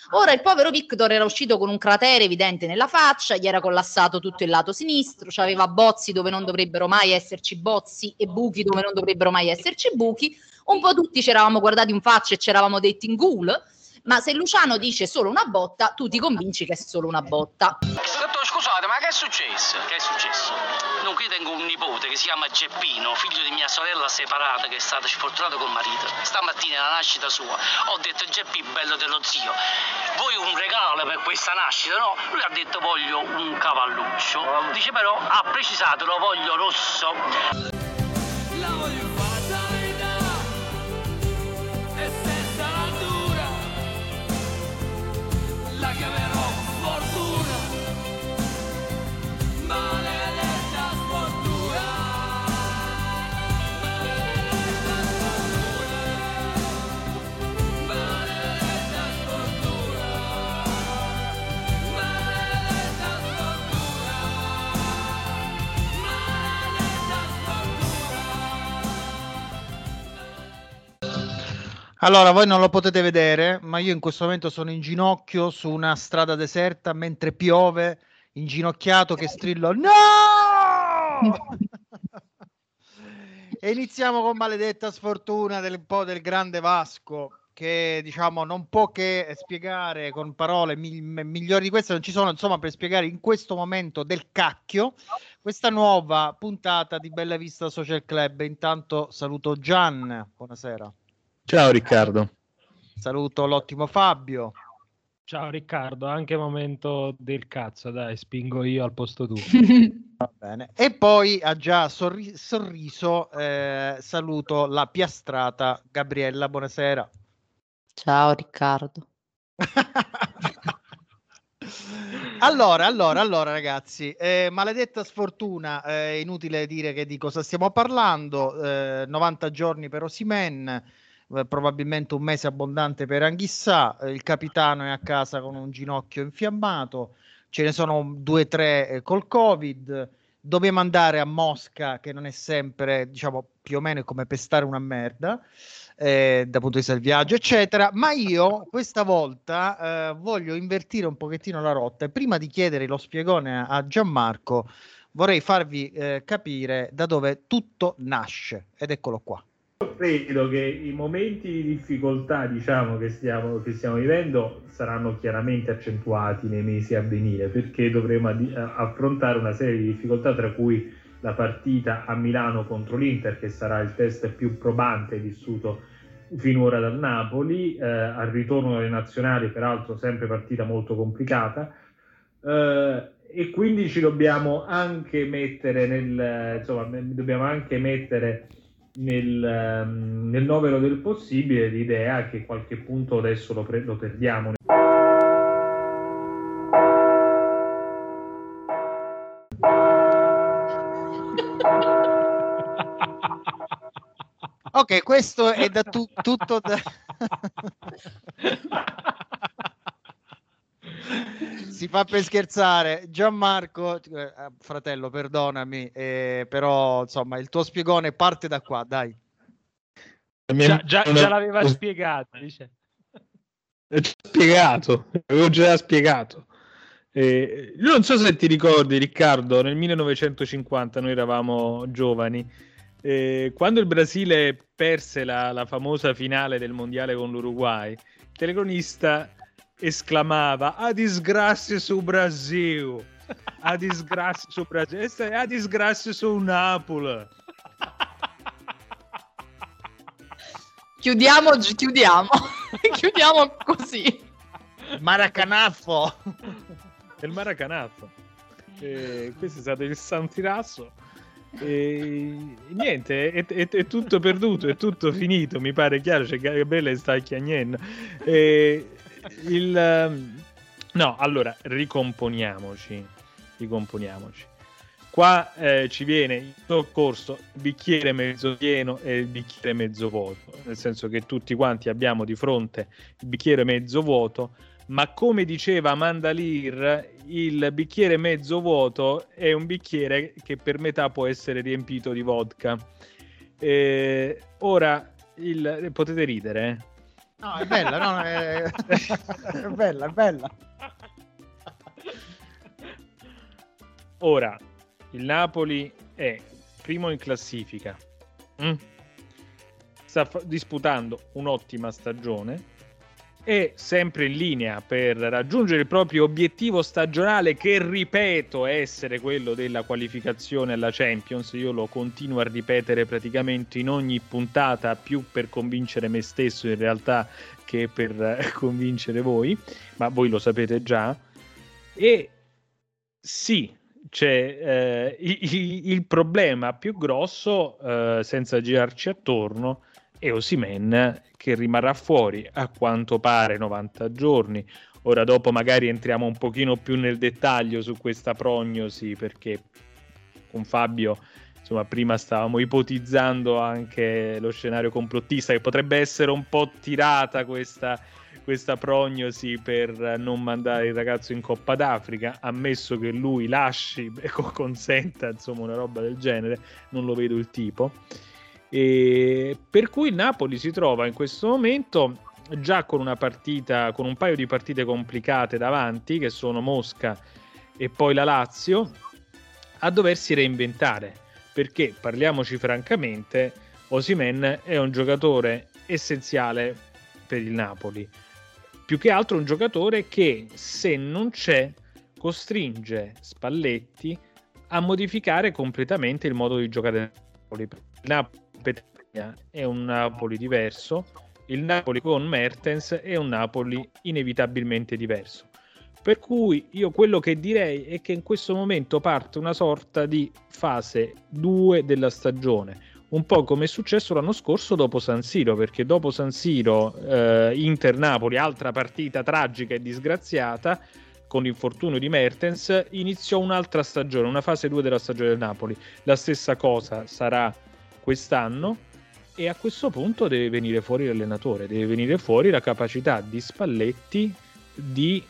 Ora il povero Victor era uscito con un cratere evidente nella faccia, gli era collassato tutto il lato sinistro, aveva bozzi dove non dovrebbero mai esserci bozzi e buchi dove non dovrebbero mai esserci buchi. Un po' tutti ci eravamo guardati in faccia e ci eravamo detti in ghoul, ma se Luciano dice solo una botta, tu ti convinci che è solo una botta. Scusate, ma che è successo? Che è successo? Dunque io tengo un nipote che si chiama Geppino, figlio di mia sorella separata che è stata sfortunata col marito. Stamattina alla nascita sua ho detto: Geppi, bello dello zio, vuoi un regalo per questa nascita? No? Lui ha detto: voglio un cavalluccio. Dice però, ha precisato, lo voglio rosso. La voglio fatalità e senza natura, la chiamerò fortuna, maledetta sfortuna, maledetta sfortuna, maledetta sfortuna, maledetta sfortuna, maledetta sfortuna. Allora, voi non lo potete vedere, ma io in questo momento sono in ginocchio su una strada deserta mentre piove, inginocchiato che strillo no! E iniziamo con maledetta sfortuna del po' del grande Vasco, che diciamo non può che spiegare con parole migliori di queste, non ci sono insomma per spiegare in questo momento del cacchio questa nuova puntata di Bella Vista Social Club. Intanto saluto Gian, buonasera. Ciao Riccardo. Saluto l'ottimo Fabio. Ciao Riccardo, anche momento del cazzo, dai, spingo io al posto tuo. Va bene. E poi ha già sorriso, saluto la piastrata Gabriella, buonasera. Ciao Riccardo. Allora ragazzi, maledetta sfortuna, è inutile dire che di cosa stiamo parlando, 90 giorni per Osimhen, probabilmente un mese abbondante per Anghissà, il capitano è a casa con un ginocchio infiammato, ce ne sono 2 o 3 col Covid, dobbiamo andare a Mosca che non è sempre, diciamo, più o meno è come pestare una merda, dal punto di vista del viaggio eccetera, ma io questa volta voglio invertire un pochettino la rotta e prima di chiedere lo spiegone a Gianmarco vorrei farvi capire da dove tutto nasce ed eccolo qua. Credo che i momenti di difficoltà, diciamo, che stiamo vivendo saranno chiaramente accentuati nei mesi a venire, perché dovremo affrontare una serie di difficoltà, tra cui la partita a Milano contro l'Inter, che sarà il test più probante vissuto finora dal Napoli, al ritorno delle nazionali, peraltro sempre partita molto complicata, e quindi ci dobbiamo anche mettere nel novero del possibile l'idea che qualche punto adesso lo perdiamo. Ok, questo è da tutto da... Si fa per scherzare. Gianmarco, fratello, perdonami, però insomma il tuo spiegone parte da qua, dai. Già l'aveva spiegato, dice. Avevo già spiegato. Non so se ti ricordi, Riccardo, nel 1950 noi eravamo giovani, quando il Brasile perse la famosa finale del mondiale con l'Uruguay, il telecronista esclamava: a disgrazia su Brasil, a disgrazia su Brasil, a disgrazia su Napoli. Chiudiamo chiudiamo così. Maracanaffo. Il Maracanaffo. Questo è stato il San Tirasso. Niente, è tutto perduto, è tutto finito, mi pare chiaro. C'è Gabriele sta chiagnendo. No, allora ricomponiamoci. Qua ci viene in soccorso il bicchiere mezzo pieno e il bicchiere mezzo vuoto, nel senso che tutti quanti abbiamo di fronte il bicchiere mezzo vuoto, ma come diceva Amanda Lear, il bicchiere mezzo vuoto è un bicchiere che per metà può essere riempito di vodka. Ora potete ridere, No, è bella, no, è bella, è bella. Ora, il Napoli è primo in classifica, sta disputando un'ottima stagione, è sempre in linea per raggiungere il proprio obiettivo stagionale, che ripeto essere quello della qualificazione alla Champions. Io lo continuo a ripetere praticamente in ogni puntata, più per convincere me stesso in realtà che per convincere voi, ma voi lo sapete già. E sì, c'è il problema più grosso, senza girarci attorno, è Osimhen, che rimarrà fuori a quanto pare 90 giorni. Ora dopo magari entriamo un pochino più nel dettaglio su questa prognosi, perché con Fabio insomma prima stavamo ipotizzando anche lo scenario complottista, che potrebbe essere un po' tirata questa prognosi per non mandare il ragazzo in Coppa d'Africa, ammesso che lui lasci e consenta insomma una roba del genere, non lo vedo il tipo. E per cui il Napoli si trova in questo momento già con una partita, con un paio di partite complicate davanti, che sono Mosca e poi la Lazio, a doversi reinventare, perché parliamoci francamente, Osimhen è un giocatore essenziale per il Napoli, più che altro un giocatore che, se non c'è, costringe Spalletti a modificare completamente il modo di giocare del Napoli. Il Napoli è un Napoli diverso, il Napoli con Mertens è un Napoli inevitabilmente diverso, per cui io quello che direi è che in questo momento parte una sorta di fase 2 della stagione, un po' come è successo l'anno scorso dopo San Siro, perché dopo San Siro Inter-Napoli, altra partita tragica e disgraziata con l'infortunio di Mertens, iniziò un'altra stagione, una fase 2 della stagione del Napoli. La stessa cosa sarà quest'anno, e a questo punto deve venire fuori l'allenatore, deve venire fuori la capacità di Spalletti di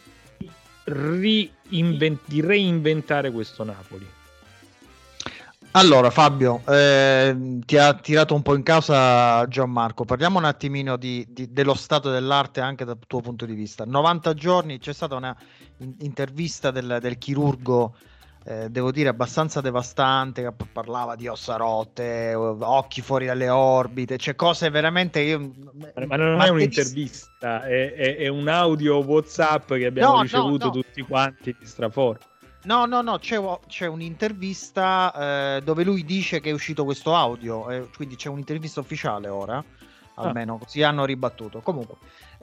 reinventare questo Napoli. Allora Fabio, ti ha tirato un po' in causa Gianmarco, parliamo un attimino dello stato dell'arte anche dal tuo punto di vista. 90 giorni, c'è stata una intervista del chirurgo, devo dire abbastanza devastante, che parlava di ossa rotte, occhi fuori dalle orbite, cioè cose veramente ma non è un'intervista, è un audio WhatsApp che abbiamo ricevuto tutti quanti di strafor. No, c'è un'intervista dove lui dice che è uscito questo audio, quindi c'è un'intervista ufficiale ora, almeno così hanno ribattuto. Comunque,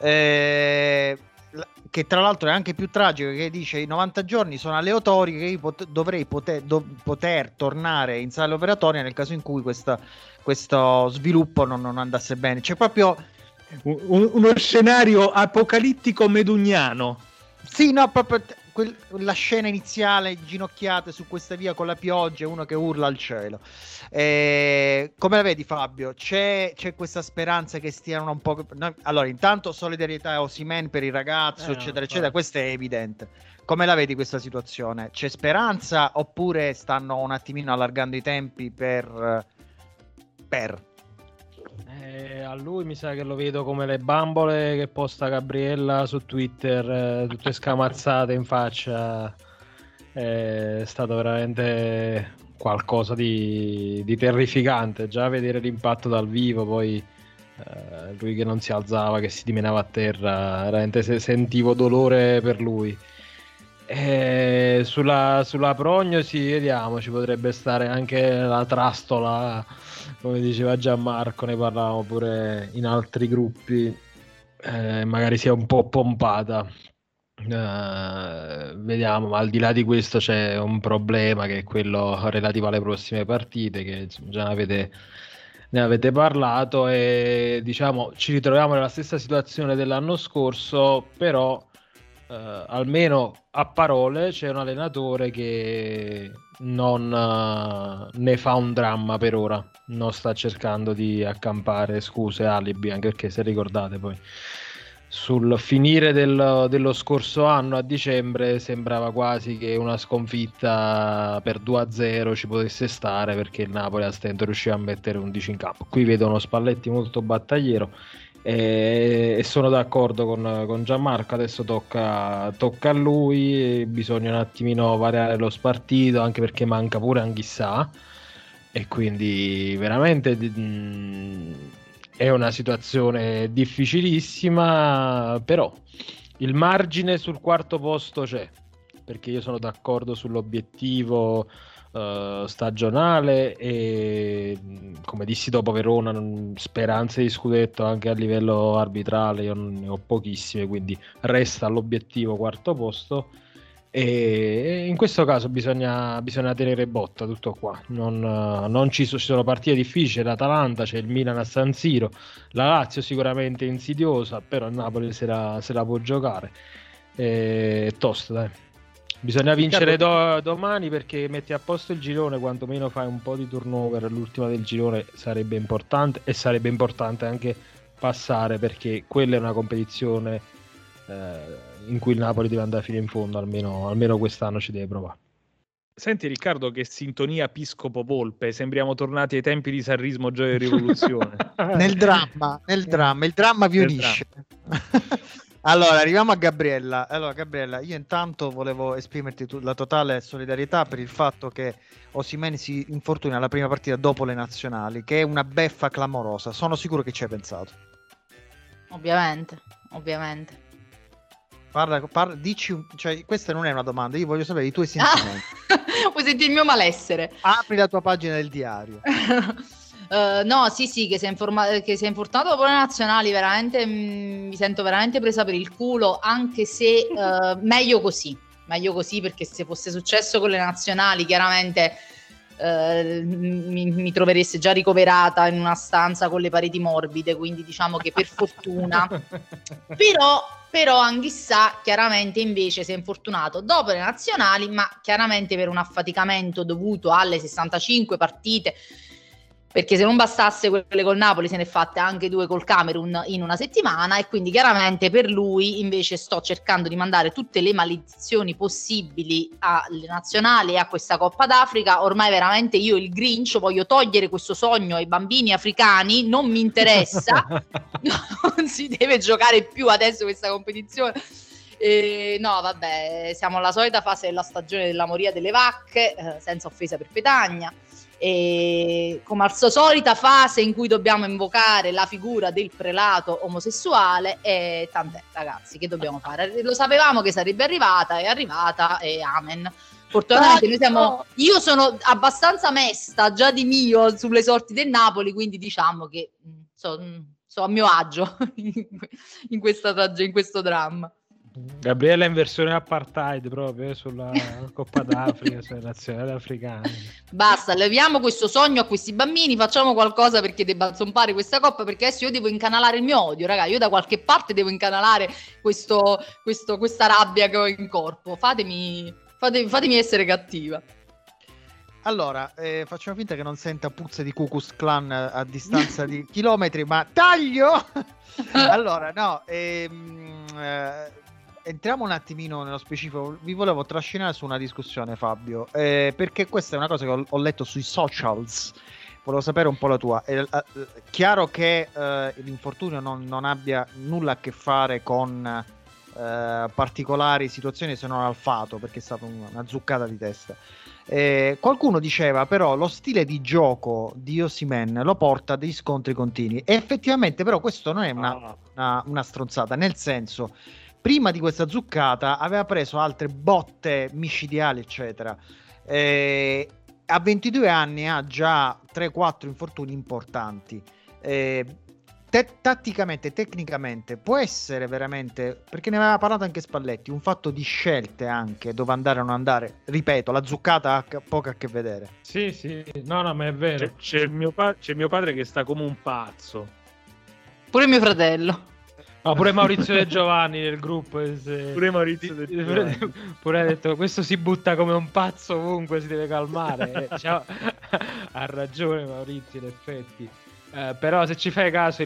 che tra l'altro è anche più tragico, che dice i 90 giorni sono aleatori, che io dovrei poter tornare in sala operatoria nel caso in cui questo sviluppo non andasse bene. C'è proprio uno scenario apocalittico meduniano. Sì, no, proprio la scena iniziale, ginocchiate su questa via con la pioggia e uno che urla al cielo. Come la vedi Fabio? C'è questa speranza che stiano un po'... Allora, intanto solidarietà a Osimhen per il ragazzo, eccetera, eccetera, questo è evidente. Come la vedi questa situazione? C'è speranza oppure stanno un attimino allargando i tempi per... A lui mi sa che lo vedo come le bambole che posta Gabriella su Twitter, tutte scamazzate in faccia. È stato veramente qualcosa di terrificante già vedere l'impatto dal vivo, poi lui che non si alzava, che si dimenava a terra, veramente sentivo dolore per lui. Sulla prognosi vediamo, ci potrebbe stare anche la trastola, come diceva Gianmarco, ne parlavamo pure in altri gruppi, magari sia un po' pompata, vediamo, ma al di là di questo c'è un problema che è quello relativo alle prossime partite, che già ne avete parlato, e diciamo ci ritroviamo nella stessa situazione dell'anno scorso, però almeno a parole c'è un allenatore che non ne fa un dramma per ora, non sta cercando di accampare scuse, alibi, anche perché se ricordate poi sul finire dello scorso anno a dicembre sembrava quasi che una sconfitta per 2-0 ci potesse stare, perché il Napoli a stento riusciva a mettere 11 in campo. Qui vedo uno Spalletti molto battagliero e sono d'accordo con Gianmarco. Adesso tocca a lui, bisogna un attimino variare lo spartito, anche perché manca pure Anghissà, e quindi veramente è una situazione difficilissima, però il margine sul quarto posto c'è, perché io sono d'accordo sull'obiettivo stagionale e, come dissi dopo Verona, speranze di scudetto anche a livello arbitrale io ne ho pochissime, quindi resta l'obiettivo quarto posto, e in questo caso bisogna tenere botta, tutto qua. Non ci sono partite difficili, l'Atalanta, c'è il Milan a San Siro, la Lazio sicuramente insidiosa, però il Napoli se la può giocare, è tosto, dai. Bisogna vincere domani, perché metti a posto il girone, quantomeno fai un po' di turnover all'ultima del girone, sarebbe importante, e sarebbe importante anche passare, perché quella è una competizione in cui il Napoli deve andare fino in fondo, almeno quest'anno ci deve provare. Senti Riccardo, che sintonia Piscopo Volpe, sembriamo tornati ai tempi di Sanrismo Gioia e Rivoluzione. Nel dramma, il dramma vi unisce. Allora, arriviamo a Gabriella. Allora, Gabriella, io intanto volevo esprimerti la totale solidarietà per il fatto che Osimhen si infortuna alla prima partita dopo le nazionali, che è una beffa clamorosa. Sono sicuro che ci hai pensato. Ovviamente. Parla, dici, cioè, questa non è una domanda, io voglio sapere i tuoi sentimenti. Vuoi sentire il mio malessere? Apri la tua pagina del diario. No, sì, che si è infortunato dopo le nazionali, veramente mi sento veramente presa per il culo, anche se meglio così, perché se fosse successo con le nazionali chiaramente mi trovereste già ricoverata in una stanza con le pareti morbide, quindi diciamo che per fortuna però Anghissà chiaramente invece si è infortunato dopo le nazionali, ma chiaramente per un affaticamento dovuto alle 65 partite, perché se non bastasse quelle col Napoli se ne è fatte anche 2 col Camerun in una settimana, e quindi chiaramente per lui invece sto cercando di mandare tutte le maledizioni possibili alle nazionali e a questa Coppa d'Africa. Ormai veramente io il Grinch voglio togliere questo sogno ai bambini africani, non mi interessa, non si deve giocare più adesso questa competizione. No, vabbè, siamo alla solita fase della stagione della moria delle vacche, senza offesa per Petagna. E come al solita fase in cui dobbiamo invocare la figura del prelato omosessuale, e tant'è, ragazzi, che dobbiamo fare? Lo sapevamo che sarebbe arrivata, è arrivata, e amen. Fortunatamente io sono abbastanza mesta già di mio sulle sorti del Napoli, quindi diciamo che so a mio agio in questo dramma. Gabriella in versione apartheid proprio sulla Coppa d'Africa, sulle nazionali africane. Basta, leviamo questo sogno a questi bambini, facciamo qualcosa perché debba zompare questa Coppa, perché adesso io devo incanalare il mio odio, raga, io da qualche parte devo incanalare questa rabbia che ho in corpo. Fatemi essere cattiva. Allora, facciamo finta che non senta puzze di Ku Klux Klan a distanza di chilometri, ma taglio! Allora, no, entriamo un attimino nello specifico. Vi volevo trascinare su una discussione, Fabio, perché questa è una cosa che ho letto sui socials. Volevo sapere un po' la tua. Chiaro che l'infortunio non abbia nulla a che fare con particolari situazioni, se non al fato, perché è stata una zuccata di testa. Qualcuno diceva però lo stile di gioco di Osimhen lo porta a degli scontri continui, e effettivamente però questo non è una stronzata, nel senso, prima di questa zuccata aveva preso altre botte micidiali eccetera, a 22 anni ha già 3-4 infortuni importanti, tatticamente, tecnicamente può essere veramente, perché ne aveva parlato anche Spalletti, un fatto di scelte anche, dove andare o non andare. Ripeto, la zuccata ha poco a che vedere. Sì, no, ma è vero. C'è mio padre che sta come un pazzo. Pure mio fratello. No, pure Maurizio De Giovanni nel gruppo. Pure Maurizio De Giovanni. Pure ha detto, questo si butta come un pazzo ovunque, si deve calmare. Ha ragione Maurizio, in effetti. Però se ci fai caso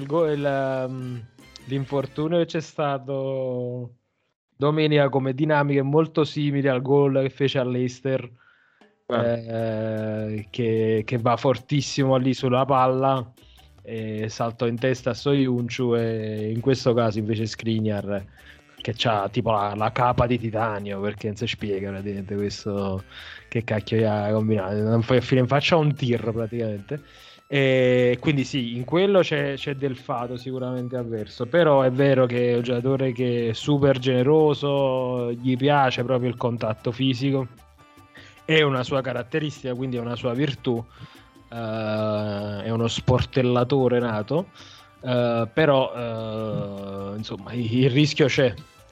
l'infortunio che c'è stato domenica come dinamiche molto simili al gol che fece all'Leicester, che va fortissimo lì sulla palla, e saltò in testa a Soyuncu, e in questo caso invece Skriniar, che c'ha tipo la capa di titanio, perché non si spiega praticamente questo, che cacchio gli ha combinato, non fai fine in faccia un tir praticamente. E quindi sì, in quello c'è del fato sicuramente avverso, però è vero che è un giocatore che è super generoso, gli piace proprio il contatto fisico, è una sua caratteristica, quindi è una sua virtù, è uno sportellatore nato, però insomma il rischio c'è.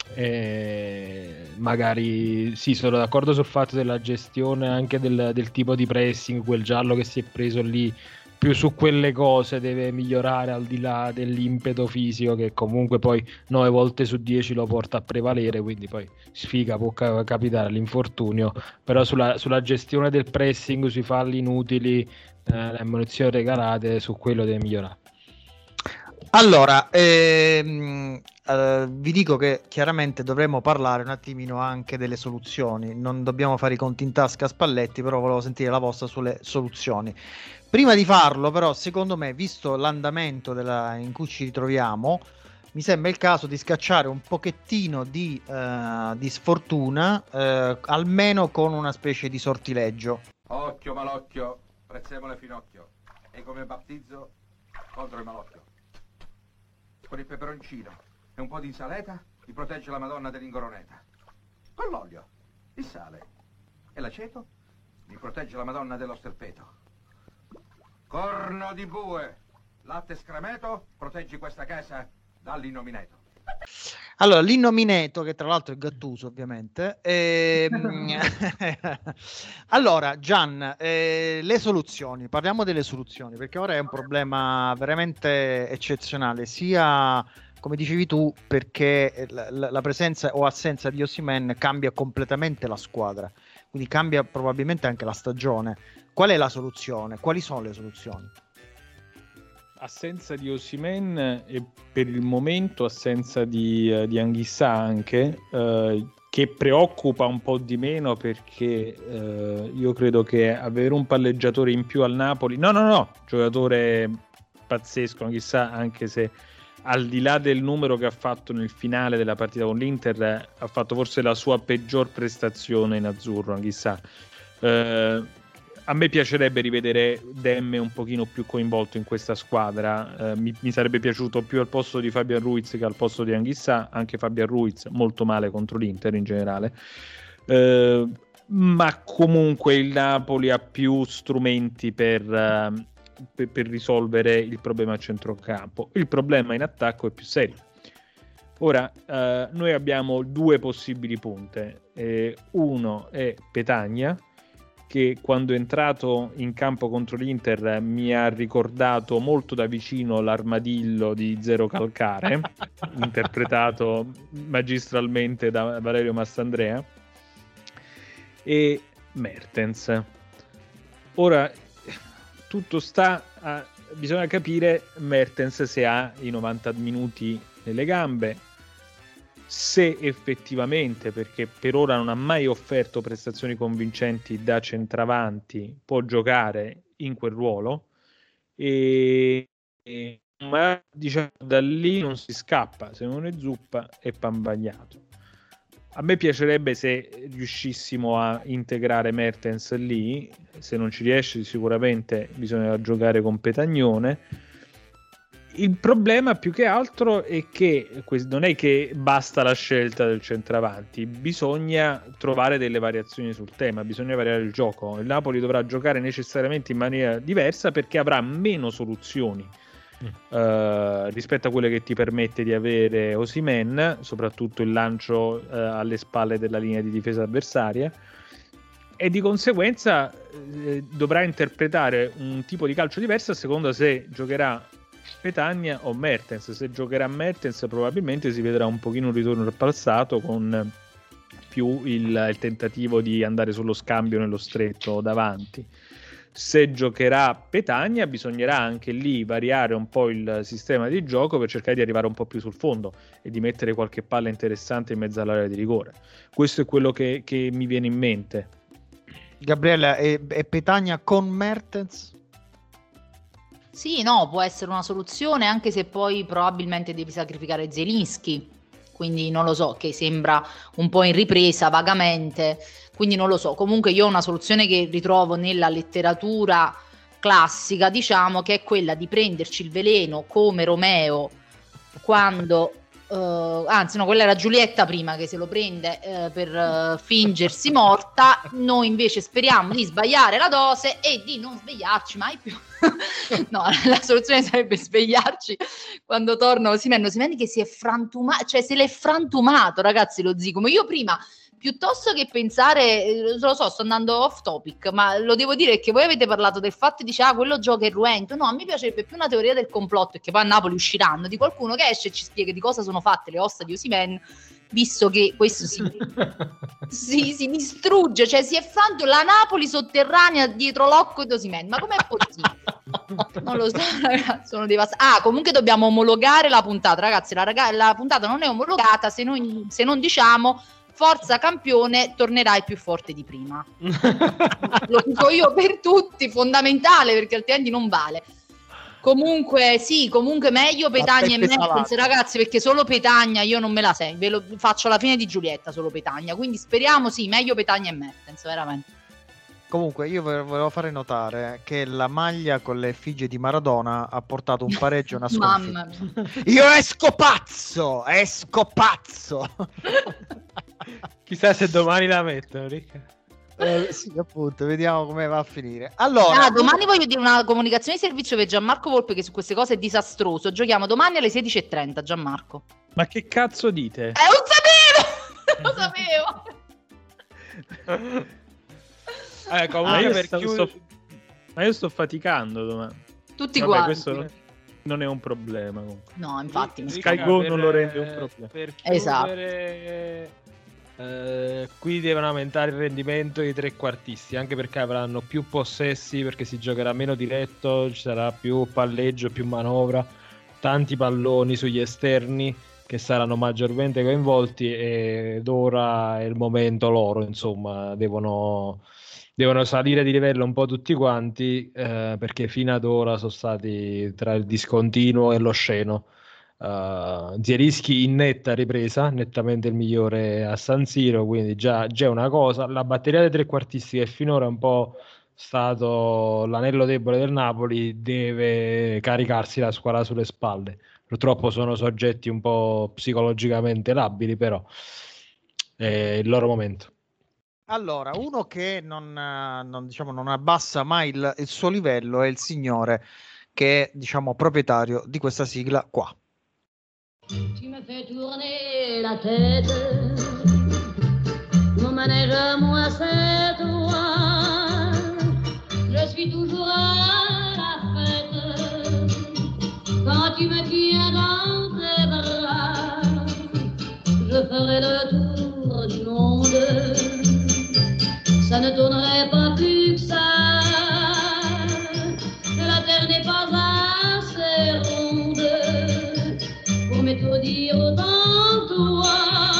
Magari sì, sono d'accordo sul fatto della gestione anche del tipo di pressing, quel giallo che si è preso lì, più su quelle cose deve migliorare, al di là dell'impeto fisico che comunque poi 9 volte su 10 lo porta a prevalere, quindi poi sfiga, può capitare l'infortunio, però sulla gestione del pressing, sui falli inutili, le munizioni regalate, su quello deve migliorare. Allora, vi dico che chiaramente dovremmo parlare un attimino anche delle soluzioni. Non dobbiamo fare i conti in tasca a Spalletti, però volevo sentire la vostra sulle soluzioni. Prima di farlo, però, secondo me, visto l'andamento in cui ci ritroviamo, mi sembra il caso di scacciare un pochettino di sfortuna, almeno con una specie di sortileggio. Occhio malocchio, prezzemolo finocchio. E come battizzo contro il malocchio. Con il peperoncino e un po' di insalata vi protegge la Madonna dell'Ingoroneta. Con l'olio, il sale e l'aceto vi protegge la Madonna dello Sterpeto. Corno di bue, latte scremeto, proteggi questa casa dall'innomineto. Allora, l'innomineto, che tra l'altro è Gattuso ovviamente. Allora, Gian, le soluzioni, parliamo delle soluzioni, perché ora è un problema veramente eccezionale, sia come dicevi tu, perché la presenza o assenza di Osimhen cambia completamente la squadra, quindi cambia probabilmente anche la stagione. Qual è la soluzione? Quali sono le soluzioni? Assenza di Osimhen e per il momento assenza di Anguissa anche, che preoccupa un po' di meno, perché io credo che avere un palleggiatore in più al Napoli, no, giocatore pazzesco Anguissa, anche se al di là del numero che ha fatto nel finale della partita con l'Inter, ha fatto forse la sua peggior prestazione in azzurro Anguissa. A me piacerebbe rivedere Demme un pochino più coinvolto in questa squadra, mi sarebbe piaciuto più al posto di Fabian Ruiz che al posto di Anguissa, anche Fabian Ruiz molto male contro l'Inter in generale, ma comunque il Napoli ha più strumenti per risolvere il problema a centrocampo. Il problema in attacco è più serio. Ora, noi abbiamo due possibili punte, uno è Petagna, che quando è entrato in campo contro l'Inter mi ha ricordato molto da vicino l'armadillo di Zero Calcare, interpretato magistralmente da Valerio Mastandrea, e Mertens. Ora, tutto sta a... bisogna capire Mertens se ha i 90 minuti nelle gambe, se effettivamente, perché per ora non ha mai offerto prestazioni convincenti da centravanti, può giocare in quel ruolo, ma diciamo da lì non si scappa, se non è zuppa è pan bagnato. A me piacerebbe se riuscissimo a integrare Mertens lì, se non ci riesce sicuramente bisogna giocare con Petagnone. Il problema più che altro è che non è che basta la scelta del centravanti, bisogna trovare delle variazioni sul tema, bisogna variare il gioco. Il Napoli dovrà giocare necessariamente in maniera diversa, perché avrà meno soluzioni rispetto a quelle che ti permette di avere Osimhen, soprattutto il lancio alle spalle della linea di difesa avversaria, e di conseguenza dovrà interpretare un tipo di calcio diverso a seconda se giocherà Petagna o Mertens. Se giocherà Mertens probabilmente si vedrà un pochino un ritorno al passato, con più il tentativo di andare sullo scambio nello stretto davanti. Se giocherà Petagna bisognerà anche lì variare un po' il sistema di gioco per cercare di arrivare un po' più sul fondo e di mettere qualche palla interessante in mezzo all'area di rigore. Questo è quello che mi viene in mente. Gabriele, è Petagna con Mertens? Sì, no, può essere una soluzione, anche se poi probabilmente devi sacrificare Zielinski, quindi non lo so, che sembra un po' in ripresa vagamente, quindi non lo so. Comunque io ho una soluzione che ritrovo nella letteratura classica, diciamo, che è quella di prenderci il veleno come Romeo quando... anzi no, quella era Giulietta prima che se lo prende per fingersi morta. Noi invece speriamo di sbagliare la dose e di non svegliarci mai più. No, la soluzione sarebbe svegliarci quando torna Osimhen che si è frantumato, cioè se l'è frantumato, ragazzi, lo zigomo. Io prima, piuttosto che pensare, lo so, sto andando off topic, ma lo devo dire che voi avete parlato del fatto di dice, quello gioca irruento. No, a me piacerebbe più una teoria del complotto, e che poi a Napoli usciranno, di qualcuno che esce e ci spiega di cosa sono fatte le ossa di Osimhen, visto che questo si distrugge, cioè si è fatto la Napoli sotterranea dietro l'occo di Osimhen. Ma com'è possibile? Non lo so, ragazzi, sono devastata. Comunque dobbiamo omologare la puntata, ragazzi. La puntata non è omologata se non diciamo forza campione, tornerai più forte di prima. Lo dico io per tutti, fondamentale, perché altrimenti non vale. Comunque sì, comunque meglio Petagna e Mertens, ragazzi, perché solo Petagna io non me la sento, ve lo faccio alla fine di Giulietta solo Petagna, quindi speriamo sì, meglio Petagna e Mertens, veramente. Comunque io volevo fare notare che la maglia con le effigie di Maradona ha portato un pareggio e una sconfitta. Io esco pazzo! Chissà se domani la mettono, Ricca. Sì, appunto, vediamo come va a finire. Allora, domani voglio dire una comunicazione di servizio per Gianmarco Volpe che su queste cose è disastroso. Giochiamo domani alle 16:30, Gianmarco. Ma che cazzo dite? Lo sapevo! Comunque ma io sto faticando domani. Tutti quanti. Questo non è un problema comunque. No, infatti SkyGo non lo rende un problema. Per esatto. Qui devono aumentare il rendimento dei trequartisti, anche perché avranno più possessi, perché si giocherà meno diretto, ci sarà più palleggio, più manovra, tanti palloni sugli esterni che saranno maggiormente coinvolti, ed ora è il momento loro, insomma, devono salire di livello un po' tutti quanti, perché fino ad ora sono stati tra il discontinuo e l'osceno. Zielinski in netta ripresa, nettamente il migliore a San Siro, quindi già è una cosa. La batteria dei trequartisti, che finora è un po' stato l'anello debole del Napoli, deve caricarsi la squadra sulle spalle. Purtroppo sono soggetti un po' psicologicamente labili, però è il loro momento. Allora, uno che non abbassa mai il suo livello è il signore che è, diciamo, proprietario di questa sigla qua. Tu me fais tourner la tête, mon manège à moi c'est toi, je suis toujours à la fête, quand tu me tiens dans tes bras, je ferai le tour du monde, ça ne tournerait pas plus que ça, la terre n'est pas assez ronde pour m'étourdir autant toi.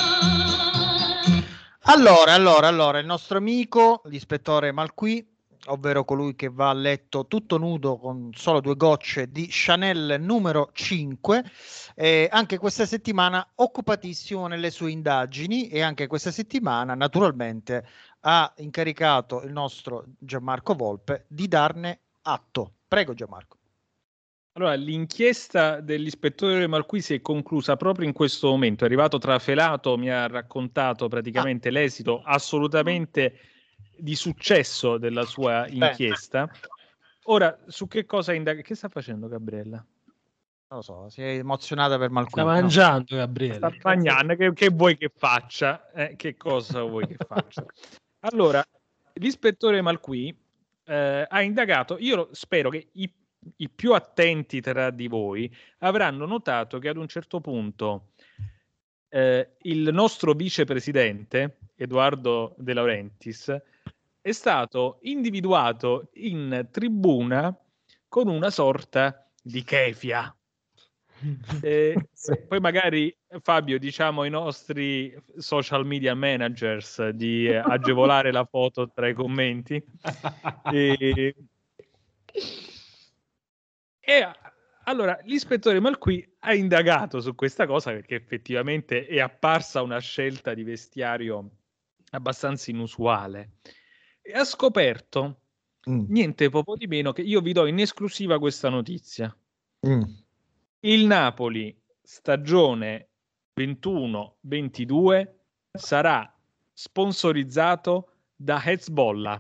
Allora, il nostro amico, l'ispettore Malqui, ovvero colui che va a letto tutto nudo con solo 2 gocce di Chanel numero 5, anche questa settimana occupatissimo nelle sue indagini, e anche questa settimana naturalmente ha incaricato il nostro Gianmarco Volpe di darne atto. Prego Gianmarco. Allora, l'inchiesta dell'ispettore Malqui si è conclusa proprio in questo momento. È arrivato trafelato, mi ha raccontato praticamente l'esito assolutamente di successo della sua inchiesta. Ora, su che cosa indaga? Che sta facendo Gabriella? Non lo so, si è emozionata per Malqui. Sta mangiando, Gabriella. Sta mangiando, che vuoi che faccia? Che cosa vuoi che faccia? Allora, l'ispettore Malqui ha indagato. Io spero che i più attenti tra di voi avranno notato che ad un certo punto il nostro vicepresidente Edoardo De Laurentiis è stato individuato in tribuna con una sorta di kefia. Poi magari Fabio, diciamo ai nostri social media managers di agevolare la foto tra i commenti. E allora l'ispettore Malqui ha indagato su questa cosa perché effettivamente è apparsa una scelta di vestiario abbastanza inusuale e ha scoperto niente poco di meno che io vi do in esclusiva questa notizia. Il Napoli stagione 21-22 sarà sponsorizzato da Hezbollah.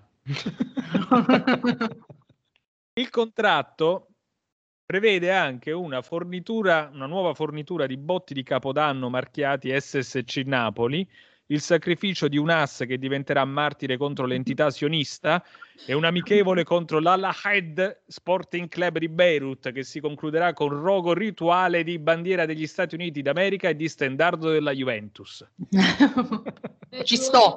Il contratto prevede anche una nuova fornitura di botti di Capodanno marchiati SSC Napoli, il sacrificio di un ass che diventerà martire contro l'entità sionista e un amichevole contro l'Al-Ahad Sporting Club di Beirut che si concluderà con rogo rituale di bandiera degli Stati Uniti d'America e di stendardo della Juventus. Ci sto.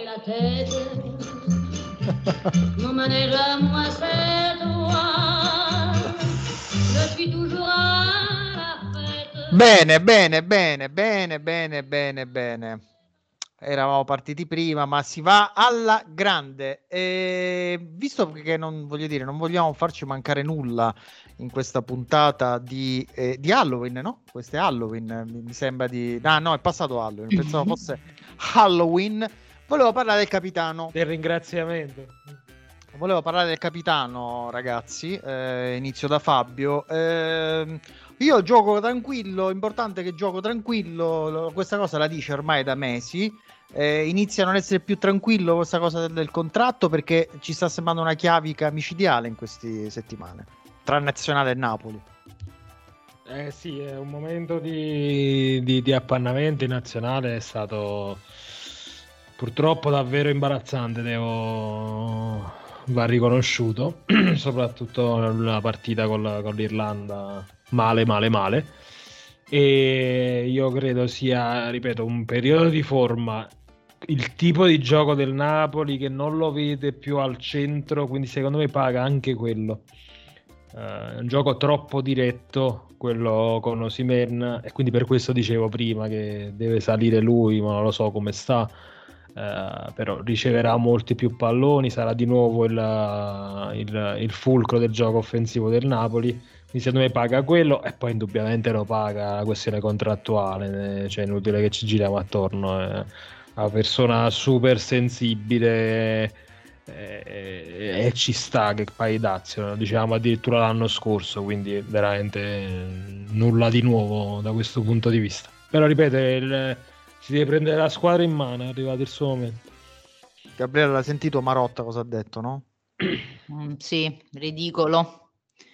Bene. Eravamo partiti prima, ma si va alla grande. Visto che non vogliamo farci mancare nulla in questa puntata di Halloween, no? Questo è Halloween, mi sembra di... no, è passato Halloween, pensavo fosse Halloween. Volevo parlare del capitano. Del ringraziamento. Volevo parlare del capitano, ragazzi. Inizio da Fabio. Io gioco tranquillo, importante che gioco tranquillo. Questa cosa la dice ormai da mesi. Inizia a non essere più tranquillo questa cosa del contratto perché ci sta sembrando una chiavica micidiale in queste settimane tra Nazionale e Napoli. Sì, è un momento di appannamento in Nazionale, è stato purtroppo davvero imbarazzante, va riconosciuto, soprattutto la partita con l'Irlanda, male. E io credo sia, ripeto, un periodo di forma, il tipo di gioco del Napoli che non lo vede più al centro, quindi secondo me paga anche quello. È un gioco troppo diretto quello con Osimhen e quindi per questo dicevo prima che deve salire lui, ma non lo so come sta. Però riceverà molti più palloni, sarà di nuovo il fulcro del gioco offensivo del Napoli, quindi secondo me paga quello e poi indubbiamente lo paga la questione contrattuale, cioè inutile che ci giriamo attorno, è una persona super sensibile e ci sta che paghi dazio, lo dicevamo addirittura l'anno scorso, quindi veramente nulla di nuovo da questo punto di vista, però ripeto si deve prendere la squadra in mano, è arrivato il suo momento. Gabriele, l'ha sentito Marotta cosa ha detto, no? Sì, ridicolo.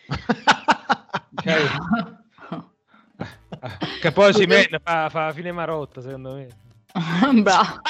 Che poi si fa fine Marotta, secondo me. Bravo.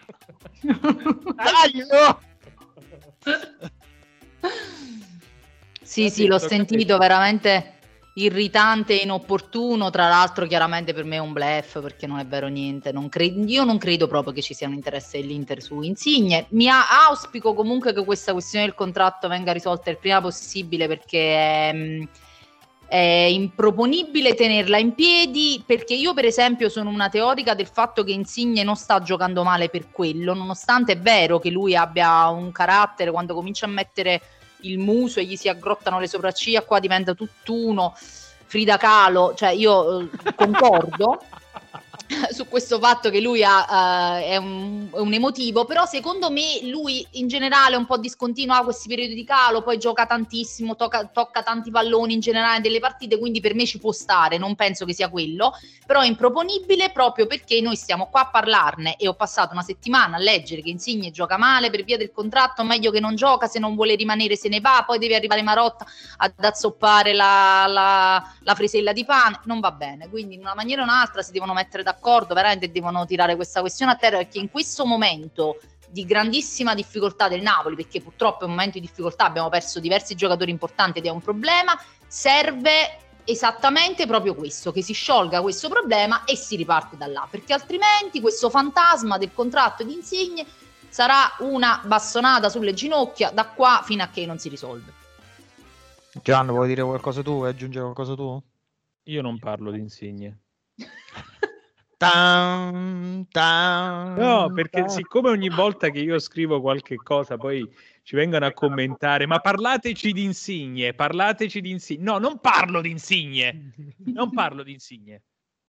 Sì, l'ho sentito, veramente irritante e inopportuno. Tra l'altro chiaramente per me è un bluff perché non è vero niente, io non credo proprio che ci sia un interesse dell'Inter su Insigne. Auspico comunque che questa questione del contratto venga risolta il prima possibile perché è improponibile tenerla in piedi, perché io per esempio sono una teorica del fatto che Insigne non sta giocando male per quello, nonostante è vero che lui abbia un carattere, quando comincia a mettere il muso e gli si aggrottano le sopracciglia, qua diventa tutt'uno, Frida Kahlo, cioè io concordo su questo fatto che lui è un emotivo, però secondo me lui in generale è un po' discontinuo, ha questi periodi di calo, poi gioca tantissimo, tocca tanti palloni in generale delle partite, quindi per me ci può stare, non penso che sia quello, però è improponibile proprio perché noi stiamo qua a parlarne e ho passato una settimana a leggere che Insigne gioca male per via del contratto, meglio che non gioca, se non vuole rimanere se ne va, poi deve arrivare Marotta ad azzoppare la frisella di pane, non va bene, quindi in una maniera o un'altra si devono mettere d'accordo, veramente devono tirare questa questione a terra, perché in questo momento di grandissima difficoltà del Napoli, perché purtroppo è un momento di difficoltà, abbiamo perso diversi giocatori importanti ed è un problema, serve esattamente proprio questo, che si sciolga questo problema e si riparte da là, perché altrimenti questo fantasma del contratto di Insigne sarà una bastonata sulle ginocchia da qua fino a che non si risolve. Gian, vuoi dire qualcosa tu? Vuoi aggiungere qualcosa tu? Io non parlo di Insigne. No, perché siccome ogni volta che io scrivo qualche cosa poi ci vengono a commentare, ma parlateci di Insigne, parlateci di Insigne. No, non parlo di Insigne, non parlo di Insigne.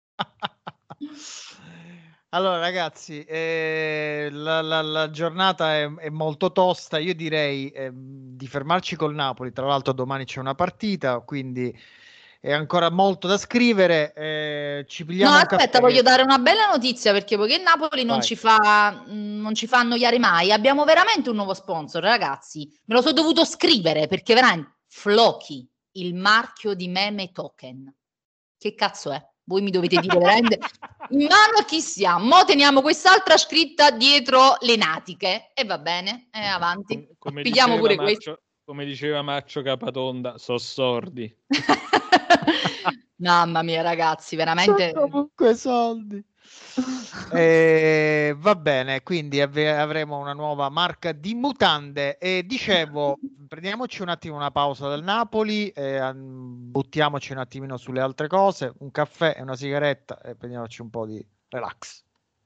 Allora ragazzi, la giornata è molto tosta, io direi di fermarci col Napoli, tra l'altro domani c'è una partita, quindi è ancora molto da scrivere, ci pigliamo No, un aspetta, caffè. voglio dare una bella notizia perché poiché il Napoli non Vai. ci fa annoiare mai, abbiamo veramente un nuovo sponsor, ragazzi. Me lo sono dovuto scrivere perché veramente Floki, il marchio di Meme Token. Che cazzo è? Voi mi dovete dire veramente in mano a chi siamo. Mo teniamo quest'altra scritta dietro le natiche e va bene, avanti. Pigliamo pure questo. Come diceva Maccio Capatonda, so sordi. Mamma mia, ragazzi, veramente. Sono comunque soldi. Va bene, quindi avremo una nuova marca di mutande. E dicevo, prendiamoci un attimo una pausa dal Napoli, buttiamoci un attimino sulle altre cose, un caffè e una sigaretta e prendiamoci un po' di relax.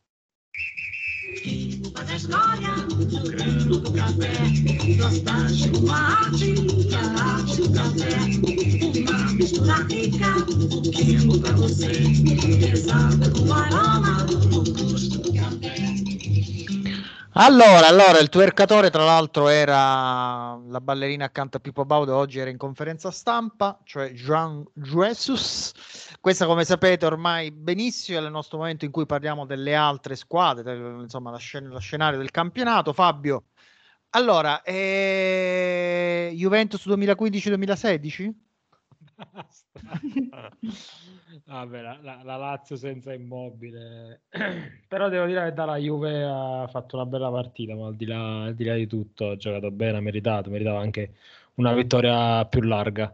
Allora, il twerkatore tra l'altro era la ballerina accanto a Pippo Baudo, oggi era in conferenza stampa, cioè Jean Jesus. Questa, come sapete, ormai benissimo è il nostro momento in cui parliamo delle altre squadre, insomma lo scenario del campionato. Fabio, allora, Juventus 2015-2016? Vabbè, la Lazio senza Immobile, però devo dire che dalla Juve ha fatto una bella partita, ma al di là di tutto ha giocato bene, meritava anche una vittoria più larga.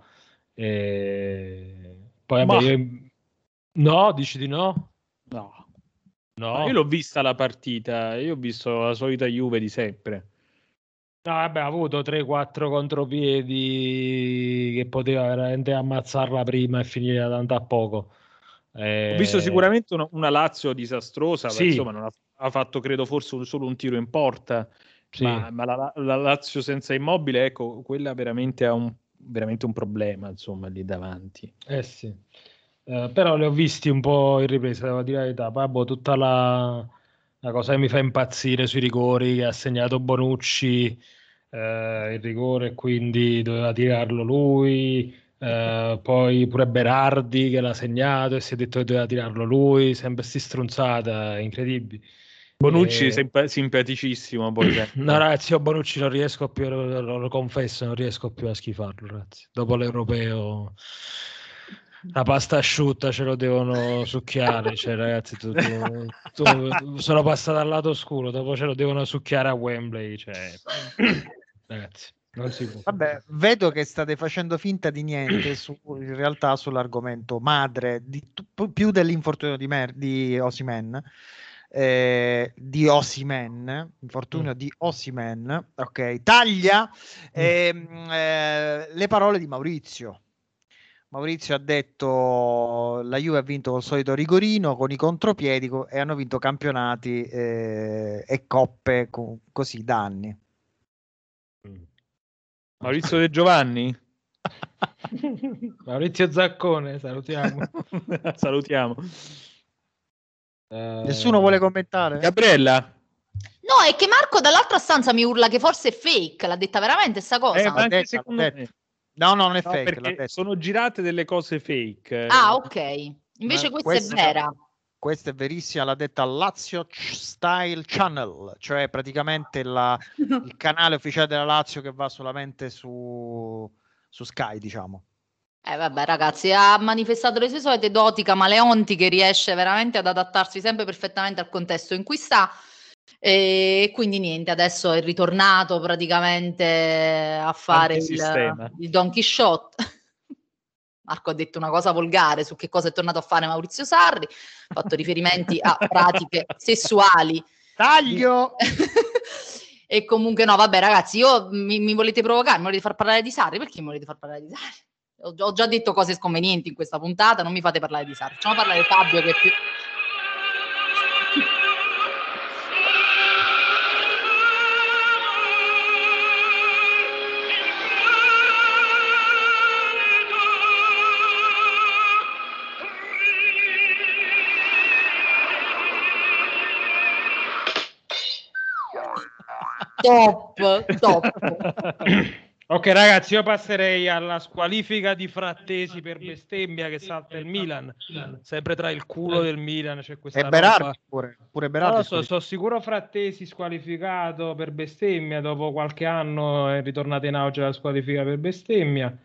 Poi vabbè, no, dici di no? No. No, io l'ho vista la partita, io ho visto la solita Juve di sempre. No, vabbè, ha avuto 3-4 contropiedi che poteva veramente ammazzarla prima e finire da tanto a poco. Ho visto sicuramente una Lazio disastrosa, Sì. insomma non ha fatto credo forse solo un tiro in porta, Sì. ma la Lazio senza Immobile, ecco, quella veramente ha veramente un problema, insomma, lì davanti. Sì. Però li ho visti un po' in ripresa, devo dire la verità. Poi, tutta la cosa che mi fa impazzire sui rigori, che ha segnato Bonucci il rigore, quindi doveva tirarlo lui. Poi pure Berardi che l'ha segnato e si è detto che doveva tirarlo lui, sempre sti stronzata, incredibili. Bonucci simpaticissimo poi. No ragazzi, io Bonucci non riesco più, lo confesso, non riesco più a schifarlo, ragazzi. Dopo l'Europeo la pasta asciutta ce lo devono succhiare, cioè ragazzi sono passato al lato oscuro, dopo ce lo devono succhiare a Wembley, cioè ragazzi. Non si può. Vabbè, vedo che state facendo finta di niente in realtà sull'argomento madre più dell'infortunio di Osimhen, infortunio di Osimhen, ok, taglia le parole di Maurizio. Maurizio ha detto la Juve ha vinto col solito rigorino con i contropiedi e hanno vinto campionati e coppe così da anni. Maurizio De Giovanni? Maurizio Zaccone, salutiamo. Salutiamo. Nessuno vuole commentare? Gabriella? No, è che Marco dall'altra stanza mi urla che forse è fake, l'ha detta veramente sta cosa? Ma anche secondo me. No, non è fake. Perché sono girate delle cose fake. Ah, ok. Invece questa è vera. Questa è verissima, l'ha detta Lazio Style Channel, cioè praticamente il canale ufficiale della Lazio che va solamente su Sky, diciamo. Vabbè ragazzi, ha manifestato le sue solite doti camaleonti che riesce veramente ad adattarsi sempre perfettamente al contesto in cui sta. E quindi niente, adesso è ritornato praticamente a fare il Don Quixote. Marco ha detto una cosa volgare su che cosa è tornato a fare Maurizio Sarri, ha fatto riferimenti a pratiche sessuali. Taglio! E comunque no, vabbè ragazzi, mi volete provocare, mi volete far parlare di Sarri? Perché mi volete far parlare di Sarri? Ho già detto cose sconvenienti in questa puntata, non mi fate parlare di Sarri. Facciamo parlare Fabio che è più... Top. Ok ragazzi, io passerei alla squalifica di Frattesi per bestemmia che salta il Milan, sempre tra il culo del Milan c'è questa E roba. Berardi pure Berardi. Non lo so, sono sicuro Frattesi squalificato per bestemmia, dopo qualche anno è ritornata in auge la squalifica per bestemmia.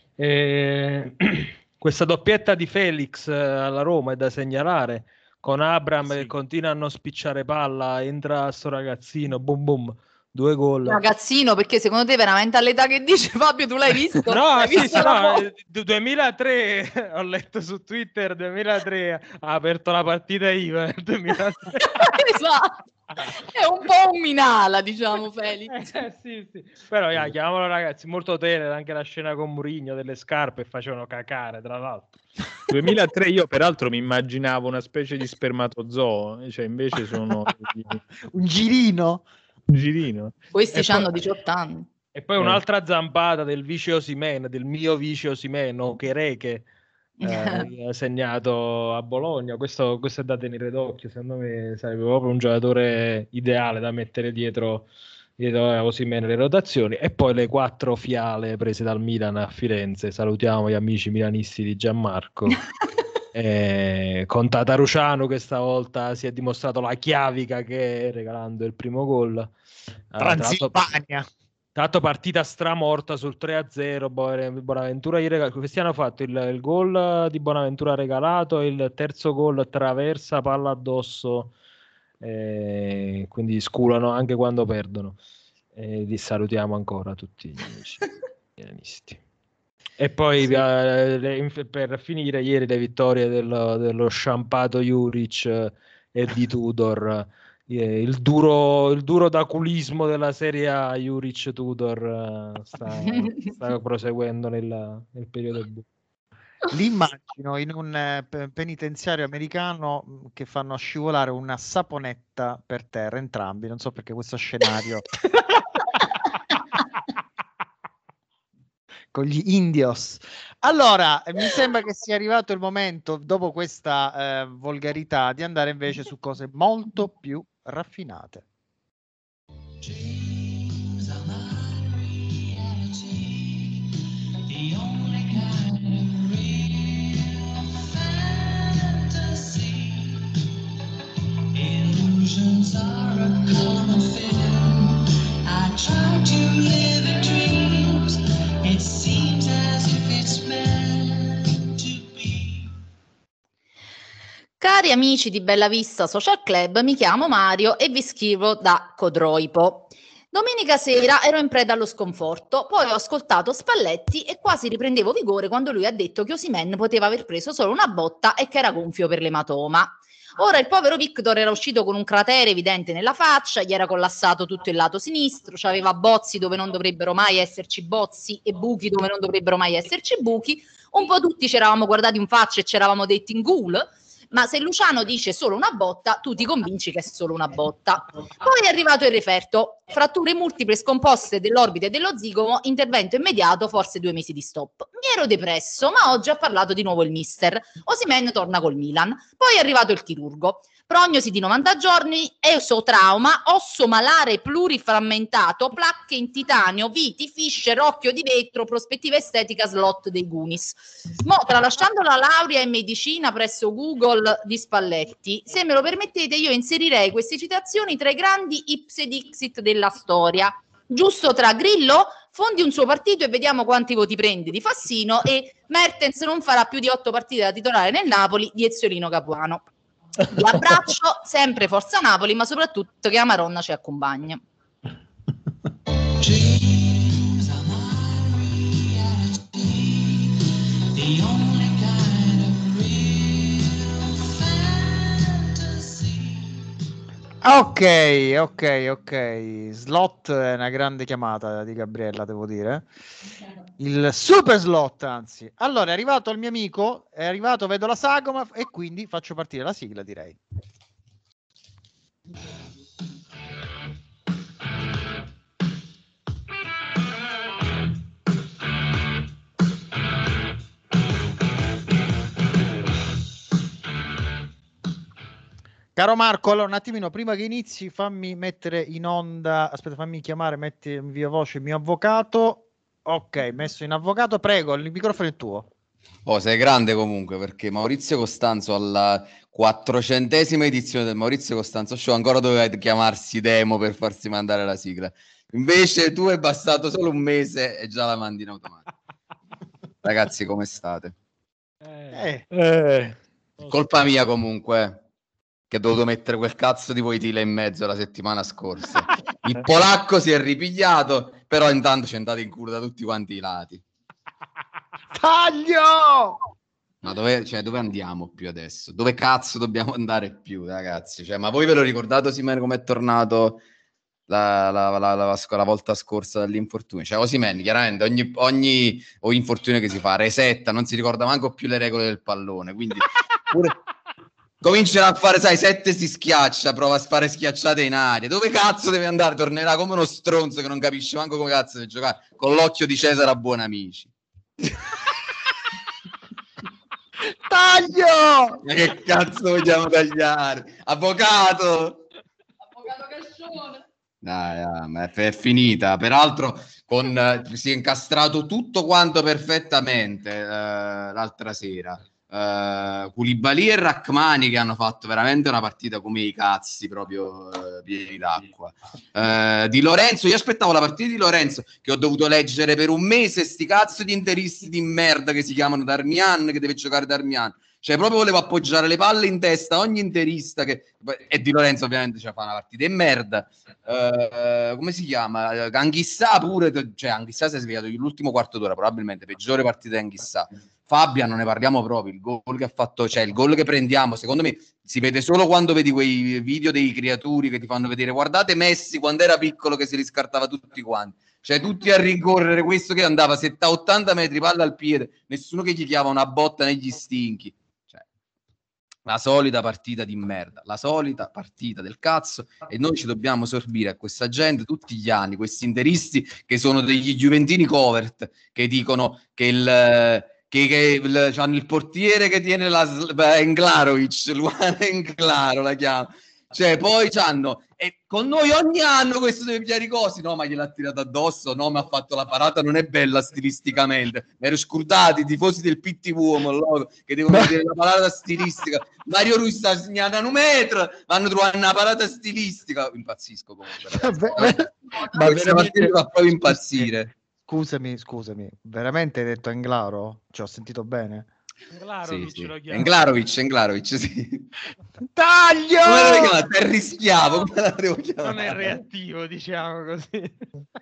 Questa doppietta di Felix alla Roma è da segnalare, con Abram che continua a non spicciare palla, entra sto ragazzino, boom boom, 2 gol. Ragazzino, perché secondo te veramente all'età che dice Fabio tu l'hai visto? No, L'hai sì, visto sì, la no, 2003 ho letto su Twitter, 2003 ha aperto la partita IVA nel 2003. Esatto. È un po' un Minala, diciamo, Felix. Sì. Però chiamalo ragazzi, molto tenera anche la scena con Mourinho delle scarpe facevano cacare, tra l'altro. 2003 io peraltro mi immaginavo una specie di spermatozoo, cioè invece sono un girino. Questi hanno 18 anni. E poi un'altra zampata del vice Osimhen, del mio vice Osimhen, o Chereke, ha segnato a Bologna. Questo è da tenere d'occhio, secondo me sarebbe proprio un giocatore ideale da mettere dietro a Osimhen le rotazioni. E poi le 4 fiale prese dal Milan a Firenze, salutiamo gli amici milanisti di Gianmarco. Con Tatarucianu che stavolta si è dimostrato la chiavica che è, regalando il primo gol. Transilvania. Tanto partita stramorta sul 3-0. Bonaventura questi hanno fatto il gol di Bonaventura regalato e il terzo gol traversa, palla addosso, quindi sculano anche quando perdono. Li salutiamo ancora tutti gli amici milanisti. E poi per finire, ieri le vittorie dello sciampato Juric e di Tudor, il duro d'aculismo della Serie A. Juric Tudor sta proseguendo nel periodo buio. Li immagino in un penitenziario americano che fanno scivolare una saponetta per terra entrambi, non so perché questo scenario con gli indios. Allora, mi sembra che sia arrivato il momento, dopo questa volgarità, di andare invece su cose molto più raffinate. Illusions are a common thing. I try to live in dreams. It seems as if it's meant to be. Cari amici di Bella Vista Social Club, mi chiamo Mario e vi scrivo da Codroipo. Domenica sera ero in preda allo sconforto, poi ho ascoltato Spalletti e quasi riprendevo vigore quando lui ha detto che Osimhen poteva aver preso solo una botta e che era gonfio per l'ematoma. Ora il povero Victor era uscito con un cratere evidente nella faccia, gli era collassato tutto il lato sinistro, aveva bozzi dove non dovrebbero mai esserci bozzi e buchi dove non dovrebbero mai esserci buchi. Un po' tutti ci eravamo guardati in faccia e ci eravamo detti in ghoul, ma se Luciano dice solo una botta, tu ti convinci che è solo una botta. Poi è arrivato il referto, fratture multiple scomposte dell'orbite e dello zigomo, intervento immediato, forse 2 mesi di stop. Mi ero depresso, ma oggi ha parlato di nuovo il mister. Osimhen torna col Milan. Poi è arrivato il chirurgo. Prognosi di 90 giorni, esotrauma, osso malare pluriframmentato, placche in titanio, viti, Fischer, occhio di vetro, prospettiva estetica, slot dei Goonies. Mo, tralasciando la laurea in medicina presso Google di Spalletti, se me lo permettete io inserirei queste citazioni tra i grandi ipse dixit della storia. Giusto tra Grillo, fondi un suo partito e vediamo quanti voti prende di Fassino, e Mertens non farà più di 8 partite da titolare nel Napoli di Eziolino Capuano. Vi abbraccio, sempre forza Napoli, ma soprattutto che la Maronna ci accompagna. Ok. Slot è una grande chiamata di Gabriella, devo dire. Il super slot, anzi. Allora, è arrivato il mio amico, è arrivato, vedo la sagoma e quindi faccio partire la sigla, direi. Caro Marco, allora un attimino prima che inizi fammi mettere in onda, aspetta, fammi chiamare, metti in via voce il mio avvocato. Ok, messo in avvocato, prego, il microfono è tuo. Oh, sei grande comunque, perché Maurizio Costanzo alla 400ª edizione del Maurizio Costanzo Show ancora doveva chiamarsi Demo per farsi mandare la sigla. Invece tu è bastato solo un mese e già la mandi in automatico. Ragazzi, come state? Colpa mia comunque, che ho dovuto mettere quel cazzo di Voitila in mezzo la settimana scorsa. Il polacco si è ripigliato, però intanto ci è andato in culo da tutti quanti i lati. Taglio! Ma dove andiamo più adesso? Dove cazzo dobbiamo andare più, ragazzi? Cioè, ma voi ve lo ricordate Osimhen come è tornato la volta scorsa dall'infortunio? Cioè, Osimhen, chiaramente, ogni infortunio che si fa resetta, non si ricorda manco più le regole del pallone, quindi pure cominciano a fare, sai, 7 si schiaccia, prova a fare schiacciate in aria. Dove cazzo deve andare? Tornerà come uno stronzo che non capisce manco come cazzo deve giocare, con l'occhio di Cesare a Buonamici. Taglio! Ma che cazzo vogliamo tagliare? Avvocato Cascione. ma è finita. Peraltro si è incastrato tutto quanto perfettamente l'altra sera. Koulibaly e Rachmani che hanno fatto veramente una partita come i cazzi, proprio pieni d'acqua. Di Lorenzo, io aspettavo la partita di Lorenzo, che ho dovuto leggere per un mese sti cazzo di interisti di merda che si chiamano Darmian, che deve giocare Darmian. Cioè proprio volevo appoggiare le palle in testa a ogni interista e Di Lorenzo ovviamente fa una partita in merda. Come si chiama? Anghissà pure, cioè Anghissà si è svegliato l'ultimo quarto d'ora, probabilmente peggiore partita di Anghissà. Fabian non ne parliamo proprio, il gol che ha fatto, cioè il gol che prendiamo, secondo me si vede solo quando vedi quei video dei creatori che ti fanno vedere, guardate Messi quando era piccolo che si riscartava tutti quanti, cioè tutti a rincorrere, questo che andava 70-80 metri palla al piede, nessuno che gli chiama una botta negli stinchi, cioè la solita partita di merda, la solita partita del cazzo, e noi ci dobbiamo sorbire a questa gente tutti gli anni, questi interisti che sono degli Juventini covert, che dicono che hanno il portiere che tiene Englaro-vic, Luana Englaro la chiama, cioè poi c'hanno, e con noi ogni anno questo deve pigliare i cosi, no ma gliel'ha tirato addosso, no ma ha fatto la parata, non è bella stilisticamente, mi ero scordati i tifosi del PTV che devono vedere la parata stilistica, Mario Rui sta segnando un metro, vanno trovare una parata stilistica, impazzisco comunque, ma questa partita fa proprio impazzire. Scusami, veramente hai detto Englaro? Cioè, ho sentito bene? Englaro-vic, sì. Taglio! Come la devo chiamare? Terry Schiavo, come la devo chiamare? Non è reattivo, diciamo così.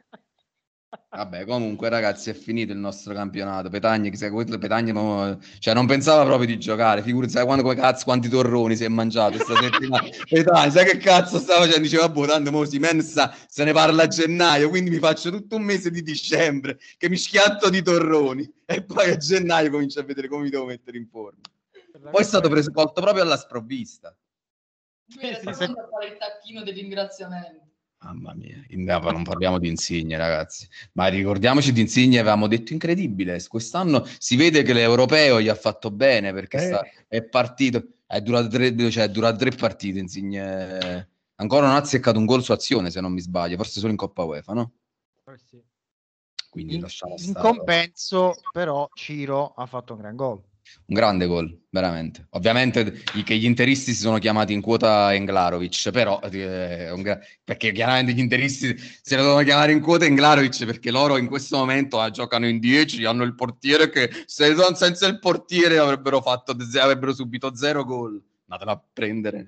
Vabbè, comunque ragazzi è finito il nostro campionato. Petagna, cioè non pensava proprio di giocare, figurati, sai quanti torroni si è mangiato questa settimana. Petagna, sai che cazzo stava facendo? Diceva, boh, tanto Osimhen se ne parla a gennaio, quindi mi faccio tutto un mese di dicembre che mi schiatto di torroni e poi a gennaio comincio a vedere come mi devo mettere in forma. Poi è stato colto proprio alla sprovvista. Lui era stato a fare il tacchino del ringraziamento. Mamma mia, non parliamo di Insigne, ragazzi, ma ricordiamoci di Insigne, avevamo detto incredibile, quest'anno si vede che l'europeo gli ha fatto bene perché è partito, è durato 3 partite Insigne, ancora non ha azzeccato un gol su azione se non mi sbaglio, forse solo in Coppa UEFA, no? Sì. Quindi lasciamo in stare. compenso però Ciro ha fatto un gran gol. Un grande gol, veramente. Ovviamente che gli interisti si sono chiamati in quota Englaro-vic, però perché chiaramente gli interisti si devono chiamare in quota Englaro-vic perché loro in questo momento giocano in 10, hanno il portiere che senza il portiere avrebbero subito 0 gol. Andatelo a prendere.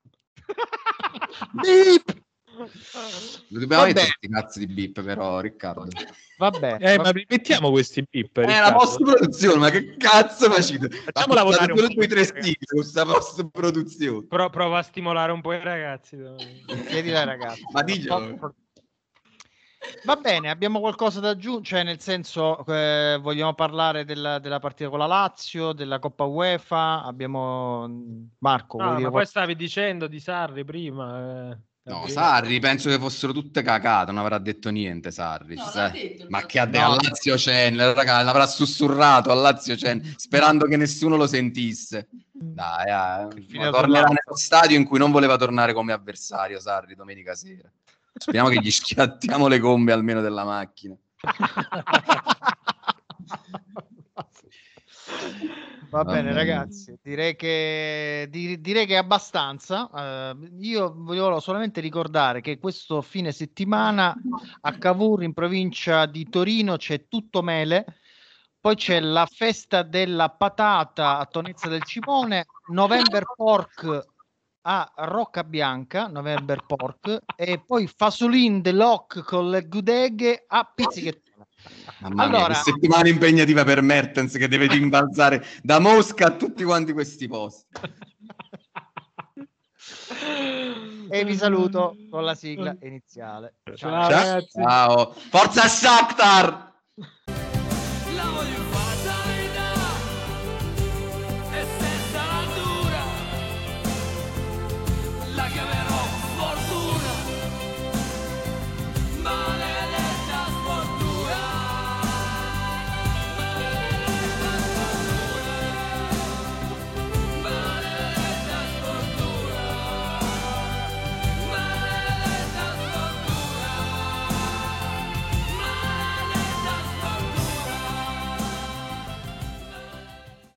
Beep! Dobbiamo mettere questi cazzi di beep però, Riccardo. Vabbè. Ma rimettiamo questi beep. È la post-produzione, ma che cazzo facete? Facciamo lavorare un po'. 3 stili questa post-produzione. Prova a stimolare un po' i ragazzi. Chiedila ai ragazzi. Ma diglielo. Va bene, abbiamo qualcosa da aggiungere, cioè nel senso vogliamo parlare della partita con la Lazio, della Coppa UEFA, abbiamo Marco. No, ma poi stavi dicendo di Sarri prima. No, Sarri penso che fossero tutte cacate, non avrà detto niente Sarri. No, sai? l'ha detto, Ma il che ha no. detto al Lazio Chen, raga, l'avrà sussurrato al Lazio Chen sperando che nessuno lo sentisse. Dai, fine tornerà sull'altro. nello stadio in cui non voleva tornare come avversario Sarri domenica sera. Speriamo che gli schiattiamo le gomme almeno della macchina. Va bene, bene. ragazzi, direi che è abbastanza. Io volevo solamente ricordare che questo fine settimana a Cavour, in provincia di Torino, c'è Tutto Mele, poi c'è la festa della patata a Tonezza del Cimone, November Pork a Roccabianca, November Pork, e poi Fasolin de Loc con le Gudeghe a Pizzichettone. Mamma mia, Allora, che settimana impegnativa per Mertens che deve rimbalzare da Mosca a tutti quanti questi posti. e vi saluto con la sigla iniziale. Ciao ragazzi. Ciao. Forza Shakhtar! La voglio